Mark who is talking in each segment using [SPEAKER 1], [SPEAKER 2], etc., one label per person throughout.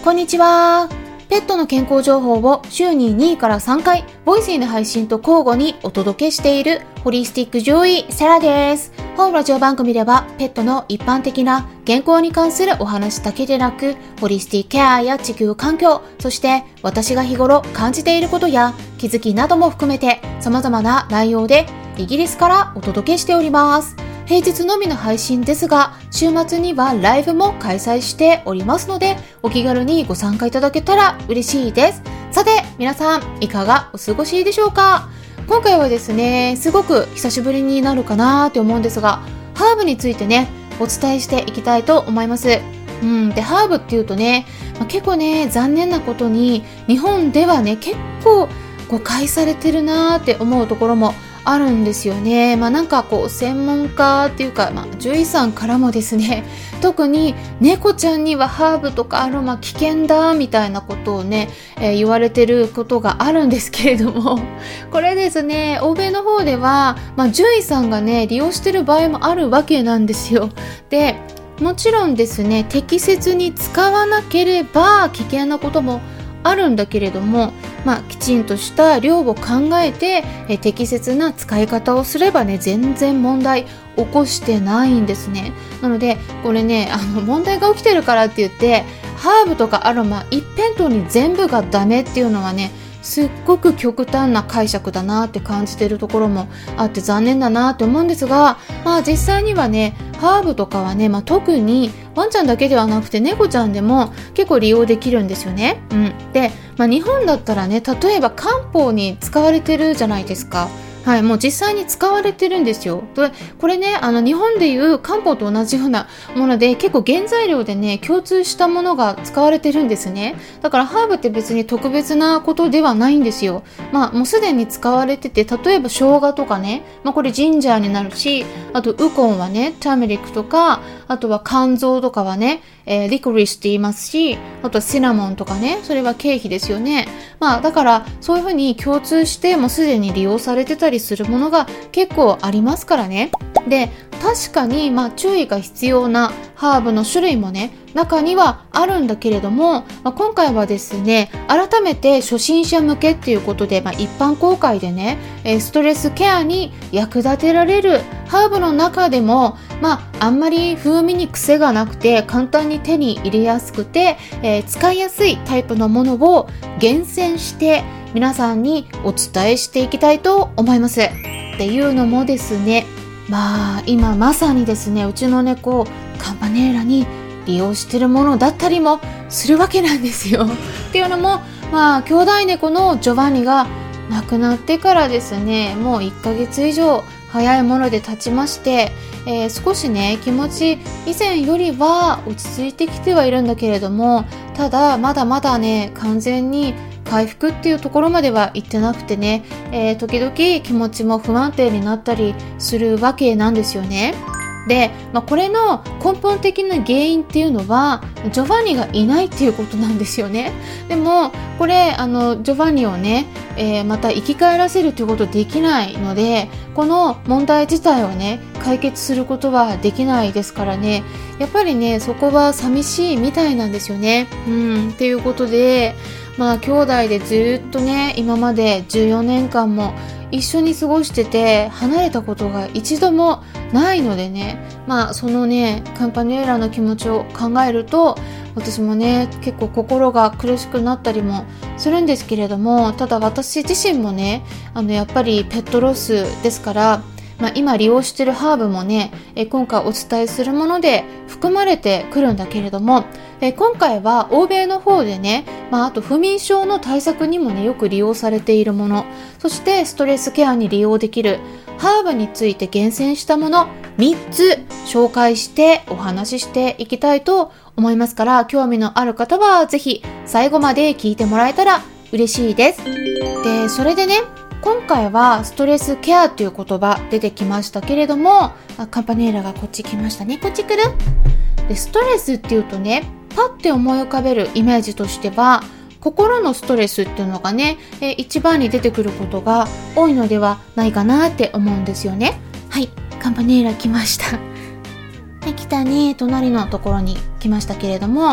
[SPEAKER 1] こんにちは。ペットの健康情報を週に2から3回、ボイシーの配信と交互にお届けしているホリスティック獣医セラです。本ラジオ番組ではペットの一般的な健康に関するお話だけでなく、ホリスティックケアや地球環境、そして私が日頃感じていることや気づきなども含めて様々な内容でイギリスからお届けしております。平日のみの配信ですが、週末にはライブも開催しておりますので、お気軽にご参加いただけたら嬉しいです。さて、皆さんいかがお過ごしでしょうか？今回はですね、すごく久しぶりになるかなって思うんですが、ハーブについてね、お伝えしていきたいと思います。で、ハーブっていうとね、結構ね、残念なことに、日本ではね、結構誤解されてるなーって思うところもあるんですよね。なんか専門家っていうか、獣医さんからもですね、特に猫ちゃんにはハーブとかアロマ危険だみたいなことをね、言われてることがあるんですけれども、これですね、欧米の方では、獣医さんがね、利用してる場合もあるわけなんですよ。で、もちろんですね、適切に使わなければ危険なこともあるんだけれども、きちんとした量を考えて、適切な使い方をすればね、全然問題起こしてないんですね。なのでこれね、問題が起きてるからって言ってハーブとかアロマ一辺倒に全部がダメっていうのはね、すっごく極端な解釈だなって感じてるところもあって残念だなって思うんですが、実際にはね、ハーブとかはね、特にワンちゃんだけではなくて猫ちゃんでも結構利用できるんですよね。で、日本だったらね、例えば漢方に使われてるじゃないですか。もう実際に使われてるんですよ。で、これね、日本でいう漢方と同じようなもので、結構原材料でね、共通したものが使われてるんですね。だからハーブって別に特別なことではないんですよ。もうすでに使われてて、例えば生姜とかね、これジンジャーになるし、あとウコンはね、ターメリックとか、あとは肝臓とかはね、リコリスって言いますし、あとはシナモンとかね、それは経費ですよね。だからそういうふうに共通してもうすでに利用されてたりするものが結構ありますからね。で、確かに注意が必要なハーブの種類もね、中にはあるんだけれども、今回はですね、改めて初心者向けっていうことで、一般公開でね、ストレスケアに役立てられるハーブの中でも、あんまり風味に癖がなくて簡単に手に入れやすくて、使いやすいタイプのものを厳選して皆さんにお伝えしていきたいと思います。っていうのもですね、今まさにですね、うちの猫カンパネーラに利用してるものだったりもするわけなんですよ。っていうのも、兄弟猫のジョバンニが亡くなってからですね、もう1ヶ月以上早いもので経ちまして、少しね、気持ち以前よりは落ち着いてきてはいるんだけれども、ただまだまだね、完全に回復っていうところまでは行ってなくてね、時々気持ちも不安定になったりするわけなんですよね。で、これの根本的な原因っていうのはジョバンニがいないっていうことなんですよね。でもこれジョバンニをね、また生き返らせるということできないので、この問題自体をね、解決することはできないですからね、やっぱりね、そこは寂しいみたいなんですよね。っていうことで、兄弟でずっとね、今まで14年間も一緒に過ごしてて離れたことが一度もないのでね、そのね、カンパネーラの気持ちを考えると、私もね、結構心が苦しくなったりもするんですけれども、ただ私自身もね、やっぱりペットロスですから、今利用しているハーブもね、今回お伝えするもので含まれてくるんだけれども、今回は欧米の方でね、あと不眠症の対策にもね、よく利用されているもの、そしてストレスケアに利用できるハーブについて厳選したもの3つ紹介してお話ししていきたいと思いますから、興味のある方はぜひ最後まで聞いてもらえたら嬉しいです。で、それでね、今回はストレスケアという言葉出てきましたけれども、カンパネーラがこっち来ましたね。こっち来る？で、ストレスっていうとね、パッて思い浮かべるイメージとしては、心のストレスっていうのがね、一番に出てくることが多いのではないかなって思うんですよね。はい、カンパネーラ来ました。はい、来たね。隣のところに来ましたけれども、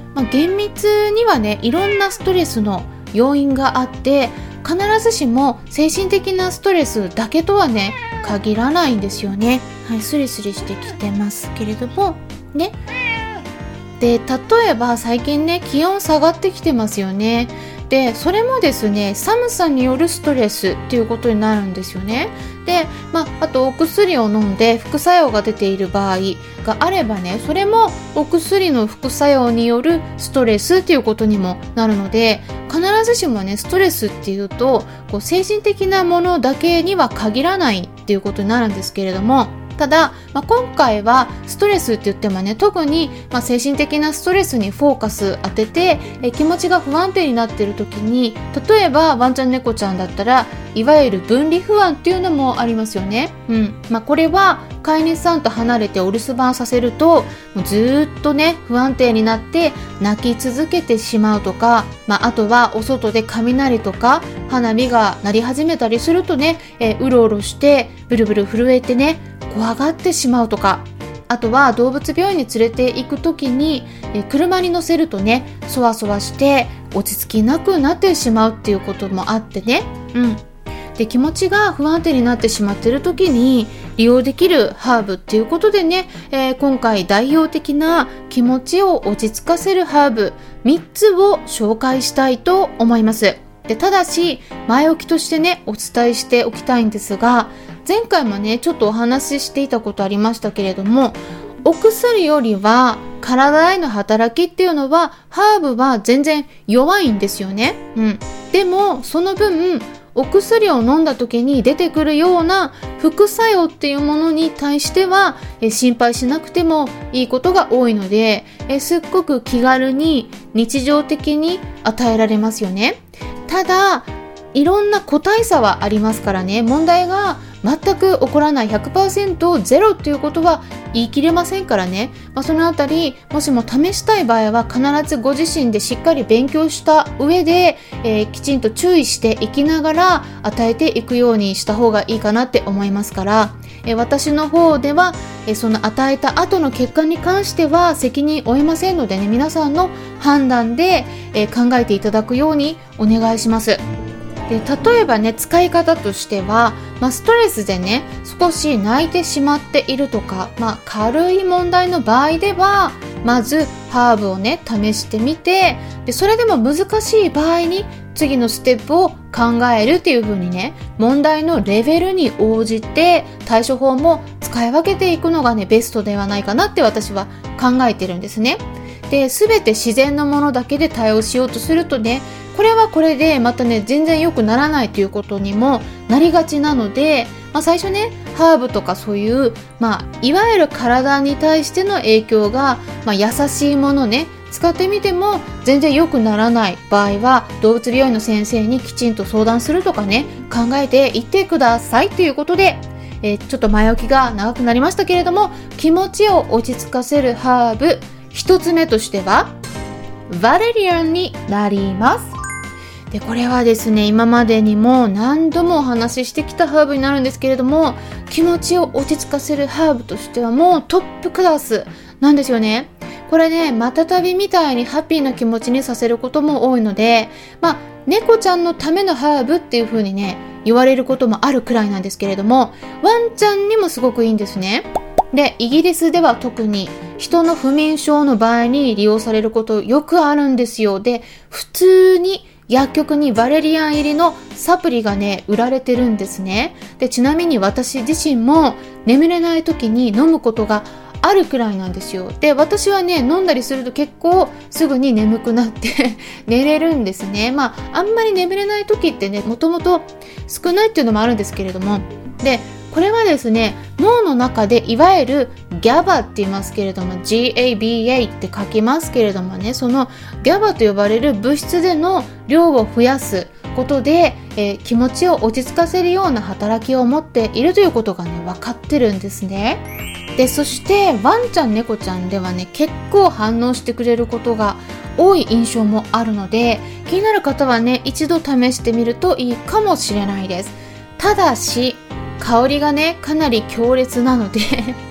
[SPEAKER 1] 厳密にはね、いろんなストレスの要因があって、必ずしも精神的なストレスだけとはね、限らないんですよね。はい、スリスリしてきてますけれどもね。で、例えば最近ね、気温下がってきてますよね。で、それもですね、寒さによるストレスっていうことになるんですよね。で、あとお薬を飲んで副作用が出ている場合があればね、それもお薬の副作用によるストレスっていうことにもなるので、必ずしもね、ストレスっていうと精神的なものだけには限らないっていうことになるんですけれども、ただ、今回はストレスって言ってもね、特に精神的なストレスにフォーカス当てて、気持ちが不安定になっている時に、例えばワンちゃん猫ちゃんだったら、いわゆる分離不安っていうのもありますよね。これは飼い主さんと離れてお留守番させると、もうずっとね、不安定になって泣き続けてしまうとか、あとはお外で雷とか花火が鳴り始めたりするとね、うろうろしてブルブル震えてね、怖がってしまうとか、あとは動物病院に連れて行くときに、車に乗せるとね、そわそわして落ち着きなくなってしまうっていうこともあってね。で、気持ちが不安定になってしまっているときに利用できるハーブっていうことでね、今回代表的な気持ちを落ち着かせるハーブ3つを紹介したいと思います。で、ただし前置きとしてね、お伝えしておきたいんですが、前回もね、ちょっとお話ししていたことありましたけれども、お薬よりは体への働きっていうのは、ハーブは全然弱いんですよね。でもその分、お薬を飲んだ時に出てくるような副作用っていうものに対しては心配しなくてもいいことが多いので、すっごく気軽に日常的に与えられますよね。ただ、いろんな個体差はありますからね、問題が全く起こらない 100% ゼロっていうことは言い切れませんからね。そのあたり、もしも試したい場合は必ずご自身でしっかり勉強した上で、きちんと注意していきながら与えていくようにした方がいいかなって思いますから、私の方では、その与えた後の結果に関しては責任を負えませんのでね、皆さんの判断で、考えていただくようにお願いします。で、例えばね、使い方としては、ストレスでね、少し泣いてしまっているとか、軽い問題の場合では、まずハーブをね、試してみて、で、それでも難しい場合に次のステップを考えるっていう風にね、問題のレベルに応じて対処法も使い分けていくのがね、ベストではないかなって私は考えてるんですね。で、全て自然のものだけで対応しようとするとね、これはこれでまたね、全然良くならないということにもなりがちなので、最初ね、ハーブとかそういう、いわゆる体に対しての影響が、優しいものね、使ってみても全然良くならない場合は、動物病院の先生にきちんと相談するとかね、考えていってくださいということで、ちょっと前置きが長くなりましたけれども、気持ちを落ち着かせるハーブ一つ目としてはバレリアンになります。で、これはですね、今までにも何度もお話ししてきたハーブになるんですけれども、気持ちを落ち着かせるハーブとしてはもうトップクラスなんですよね。これね、またたびみたいにハッピーな気持ちにさせることも多いので、猫ちゃんのためのハーブっていう風にね、言われることもあるくらいなんですけれども、ワンちゃんにもすごくいいんですね。で、イギリスでは特に人の不眠症の場合に利用されることよくあるんですよ。で、普通に薬局にバレリアン入りのサプリがね、売られてるんですね。で、ちなみに私自身も眠れない時に飲むことがあるくらいなんですよ。で、私はね、飲んだりすると結構すぐに眠くなって寝れるんですね。あんまり眠れない時ってね、もともと少ないっていうのもあるんですけれども、で、これはですね、脳の中でいわゆる GABA って言いますけれども、 GABA って書きますけれどもね、その GABA と呼ばれる物質での量を増やすことで、気持ちを落ち着かせるような働きを持っているということがね、分かってるんですね。で、そしてワンちゃん猫ちゃんではね、結構反応してくれることが多い印象もあるので、気になる方はね、一度試してみるといいかもしれないです。ただし香りがね、かなり強烈なので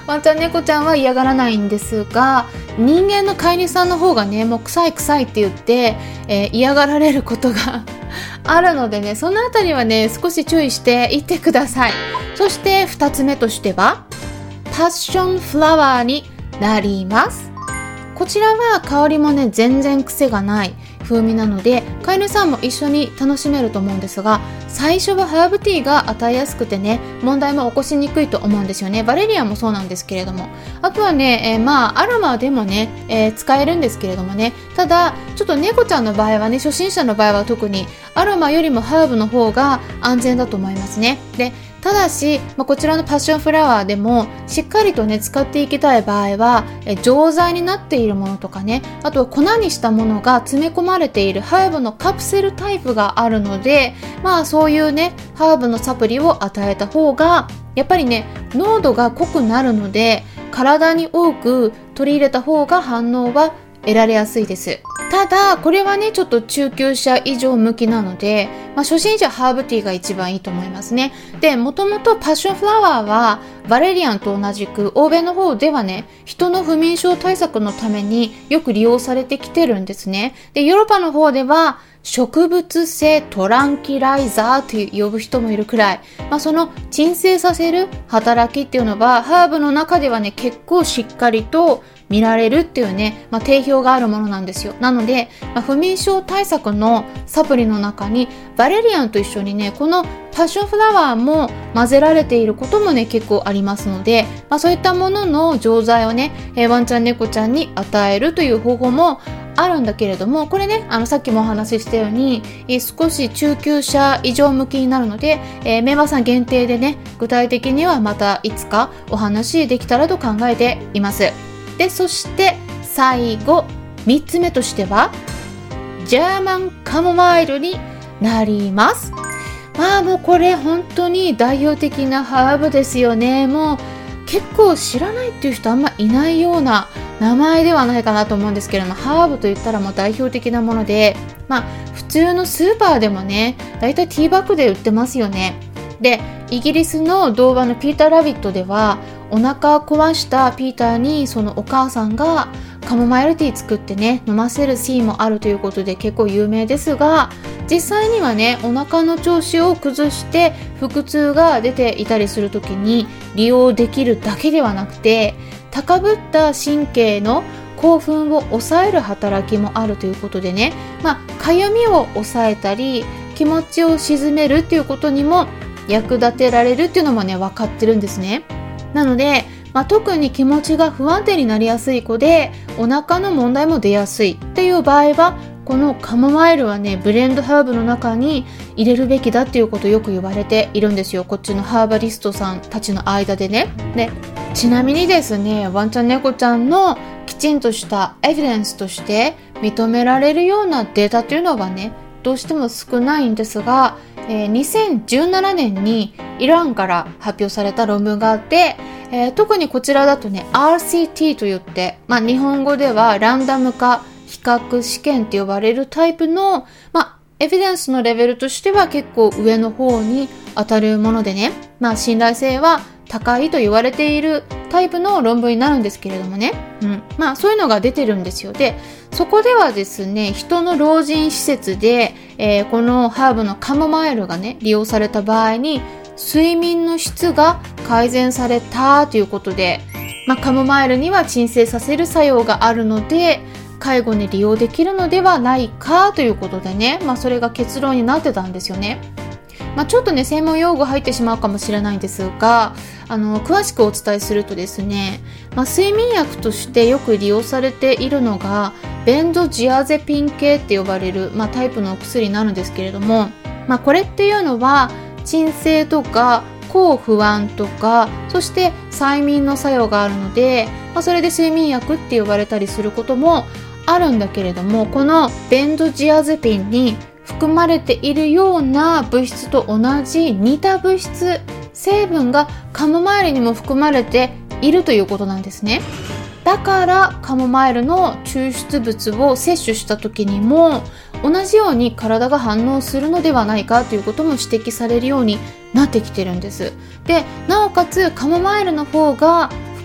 [SPEAKER 1] ワンちゃん猫ちゃんは嫌がらないんですが、人間の飼い主さんの方がね、もう臭い臭いって言って、嫌がられることがあるのでね、そのあたりはね、少し注意していってください。そして2つ目としては、パッションフラワーになります。こちらは香りもね、全然癖がない風味なので、飼い主さんも一緒に楽しめると思うんですが、最初はハーブティーが与えやすくてね、問題も起こしにくいと思うんですよね。バレリアンもそうなんですけれども、あとはね、アロマでもね、使えるんですけれどもね、ただちょっと猫ちゃんの場合はね、初心者の場合は特にアロマよりもハーブの方が安全だと思いますね。で、ただし、こちらのパッションフラワーでもしっかりとね使っていきたい場合は、錠剤になっているものとかね、あとは粉にしたものが詰め込まれているハーブのカプセルタイプがあるので、そういうねハーブのサプリを与えた方がやっぱりね濃度が濃くなるので、体に多く取り入れた方が反応は得られやすいです。ただこれはねちょっと中級者以上向きなので、初心者ハーブティーが一番いいと思いますね。で、もともとパッションフラワーはバレリアンと同じく欧米の方ではね、人の不眠症対策のためによく利用されてきてるんですね。で、ヨーロッパの方では植物性トランキライザーと呼ぶ人もいるくらい、その鎮静させる働きっていうのはハーブの中ではね結構しっかりと見られるっていうね、定評があるものなんですよ。なので、不眠症対策のサプリの中にバレリアンと一緒にねこのパッションフラワーも混ぜられていることもね結構ありますので、そういったものの錠剤をね、ワンちゃん猫ちゃんに与えるという方法もあるんだけれども、これねさっきもお話ししたように少し中級者以上向きになるので、メンバーさん限定でね具体的にはまたいつかお話できたらと考えています。で、そして最後3つ目としてはジャーマンカモマイルになります。もうこれ本当に代表的なハーブですよね。もう結構知らないっていう人あんまいないような名前ではないかなと思うんですけれども、ハーブといったらもう代表的なもので、普通のスーパーでもねだいたいティーバッグで売ってますよね。で、イギリスの童話のピーター・ラビットではお腹壊したピーターにそのお母さんがカモマイルティー作ってね飲ませるシーンもあるということで結構有名ですが、実際にはねお腹の調子を崩して腹痛が出ていたりするときに利用できるだけではなくて、高ぶった神経の興奮を抑える働きもあるということでね、かゆみを抑えたり気持ちを鎮めるっていうことにも役立てられるっていうのもね分かってるんですね。なので、特に気持ちが不安定になりやすい子でお腹の問題も出やすいっていう場合は、このカモマイルはねブレンドハーブの中に入れるべきだっていうことをよく言われているんですよ。こっちのハーバリストさんたちの間でね。で、ちなみにですね、ワンちゃん猫ちゃんのきちんとしたエビデンスとして認められるようなデータというのはねどうしても少ないんですが、2017年にイランから発表された論文があって、特にこちらだとね RCT といって、日本語ではランダム化比較試験って呼ばれるタイプの、エビデンスのレベルとしては結構上の方に当たるものでね、信頼性は高いと言われているタイプの論文になるんですけれどもね、そういうのが出てるんですよ。で、そこではですね、人の老人施設で、このハーブのカモマイルがね利用された場合に睡眠の質が改善されたということで、カモマイルには鎮静させる作用があるので介護に利用できるのではないかということでね、それが結論になってたんですよね。ちょっとね専門用語入ってしまうかもしれないんですが、詳しくお伝えするとですね、睡眠薬としてよく利用されているのがベンゾジアゼピン系って呼ばれる、タイプのお薬になるんですけれども、これっていうのは鎮静とか抗不安とか、そして催眠の作用があるので、それで睡眠薬って呼ばれたりすることもあるんだけれども、このベンゾジアゼピンに含まれているような物質と同じ似た物質成分がカモマイルにも含まれているということなんですね。だからカモマイルの抽出物を摂取した時にも同じように体が反応するのではないかということも指摘されるようになってきてるんです。で、なおかつカモマイルの方が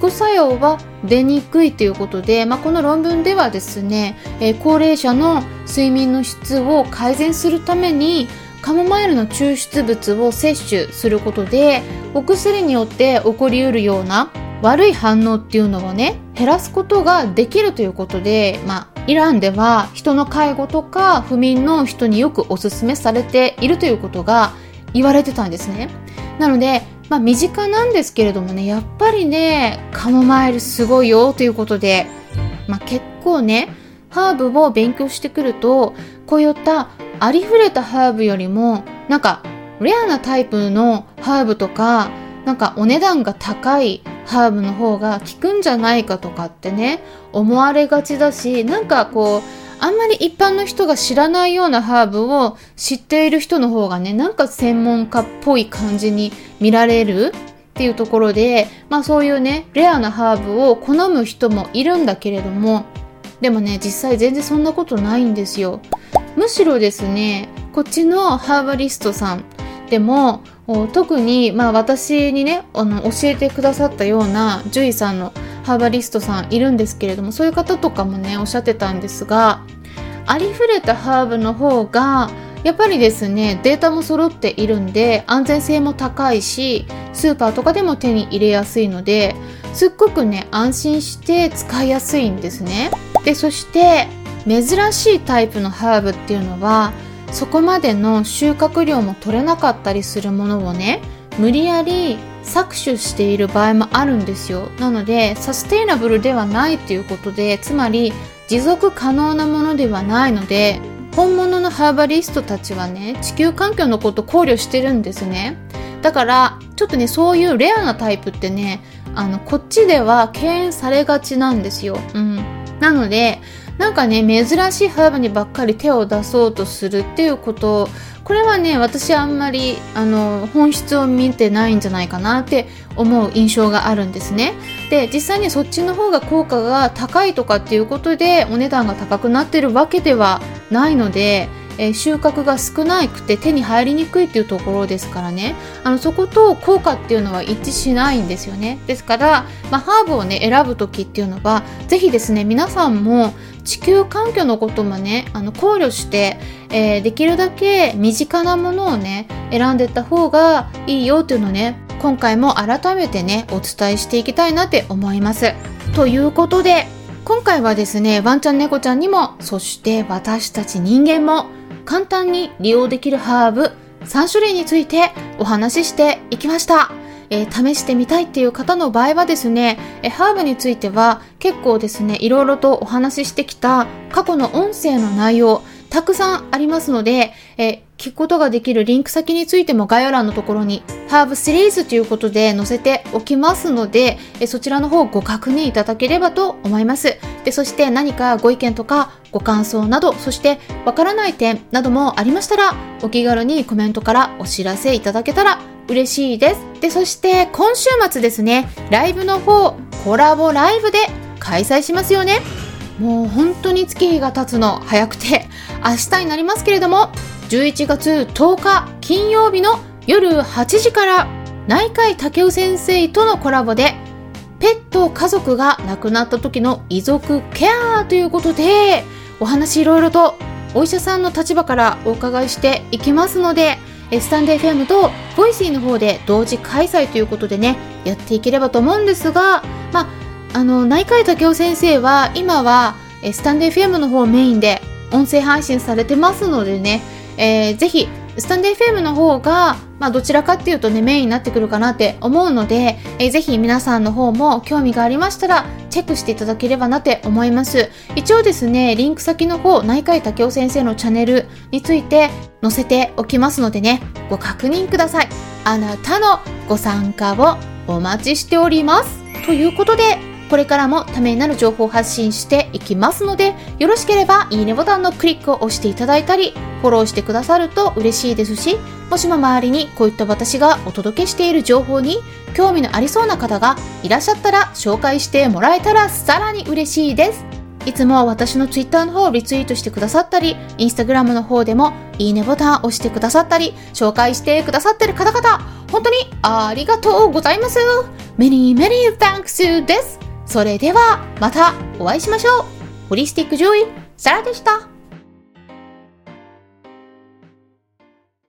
[SPEAKER 1] 副作用は出にくいということで、この論文ではですね、高齢者の睡眠の質を改善するためにカモマイルの抽出物を摂取することで、お薬によって起こりうるような悪い反応っていうのをね、減らすことができるということで、イランでは人の介護とか不眠の人によくお勧めされているということが言われてたんですね。なので、身近なんですけれどもね、やっぱりね、カモマイルすごいよということで、結構ね、ハーブを勉強してくると、こういったありふれたハーブよりも、レアなタイプのハーブとか、お値段が高いハーブの方が効くんじゃないかとかってね、思われがちだし、あんまり一般の人が知らないようなハーブを知っている人の方がね、専門家っぽい感じに見られるっていうところで、そういうね、レアなハーブを好む人もいるんだけれども、でもね、実際全然そんなことないんですよ。むしろですね、こっちのハーバリストさんでも、特に私にね、教えてくださったような獣医さんのハーバリストさんいるんですけれども、そういう方とかもね、おっしゃってたんですが、ありふれたハーブの方がやっぱりですね、データも揃っているんで安全性も高いし、スーパーとかでも手に入れやすいので、すっごくね、安心して使いやすいんですね。で、そして珍しいタイプのハーブっていうのは、そこまでの収穫量も取れなかったりするものをね、無理やり搾取している場合もあるんですよ。なのでサステイナブルではないということで、つまり持続可能なものではないので、本物のハーバリストたちはね、地球環境のことを考慮してるんですね。だからちょっとね、そういうレアなタイプってね、こっちでは敬遠されがちなんですよ。なので珍しいハーブにばっかり手を出そうとするっていうこと、これはね、私あんまり本質を見てないんじゃないかなって思う印象があるんですね。で、実際にそっちの方が効果が高いとかっていうことでお値段が高くなってるわけではないので、収穫が少なくて手に入りにくいっていうところですからね、そこと効果っていうのは一致しないんですよね。ですから、ハーブをね、選ぶ時っていうのは、ぜひですね、皆さんも地球環境のこともね、考慮して、できるだけ身近なものをね、選んでいった方がいいよっていうのをね、今回も改めてね、お伝えしていきたいなって思います。ということで、今回はですね、ワンちゃん猫ちゃんにも、そして私たち人間も簡単に利用できるハーブ3種類についてお話ししていきました。試してみたいっていう方の場合はですね、ハーブについては結構ですね、いろいろとお話ししてきた過去の音声の内容たくさんありますので、聞くことができるリンク先についても概要欄のところにハーブシリーズということで載せておきますので、そちらの方をご確認いただければと思います。で、そして何かご意見とかご感想など、そしてわからない点などもありましたら、お気軽にコメントからお知らせいただけたら嬉しいです。で、そして今週末ですね、ライブの方、コラボライブで開催しますよね。もう本当に月日が経つの早くて、明日になりますけれども、11月10日金曜日の夜8時から内海武雄先生とのコラボで、ペット家族が亡くなった時の遺族ケアということで、お話いろいろとお医者さんの立場からお伺いしていきますので、スタンド FM とボイシーの方で同時開催ということでね、やっていければと思うんですが、内海武雄先生は今はスタンド FM の方をメインで音声配信されてますのでね、ぜひスタンド FM の方が、どちらかっていうとね、メインになってくるかなって思うので、ぜひ皆さんの方も興味がありましたらチェックしていただければなって思います。一応ですね、リンク先の方、内海武雄先生のチャンネルについて載せておきますのでね、ご確認ください。あなたのご参加をお待ちしております。ということで、これからもためになる情報を発信していきますので、よろしければいいねボタンのクリックを押していただいたり、フォローしてくださると嬉しいですし、もしも周りにこういった私がお届けしている情報に興味のありそうな方がいらっしゃったら紹介してもらえたらさらに嬉しいです。 いつも私の Twitter の方をリツイートしてくださったり、Instagram の方でもいいねボタンを押してくださったり、紹介してくださってる方々、本当にありがとうございます。Many thanks です。それではまたお会いしましょう。ホリスティック獣医、サラでした。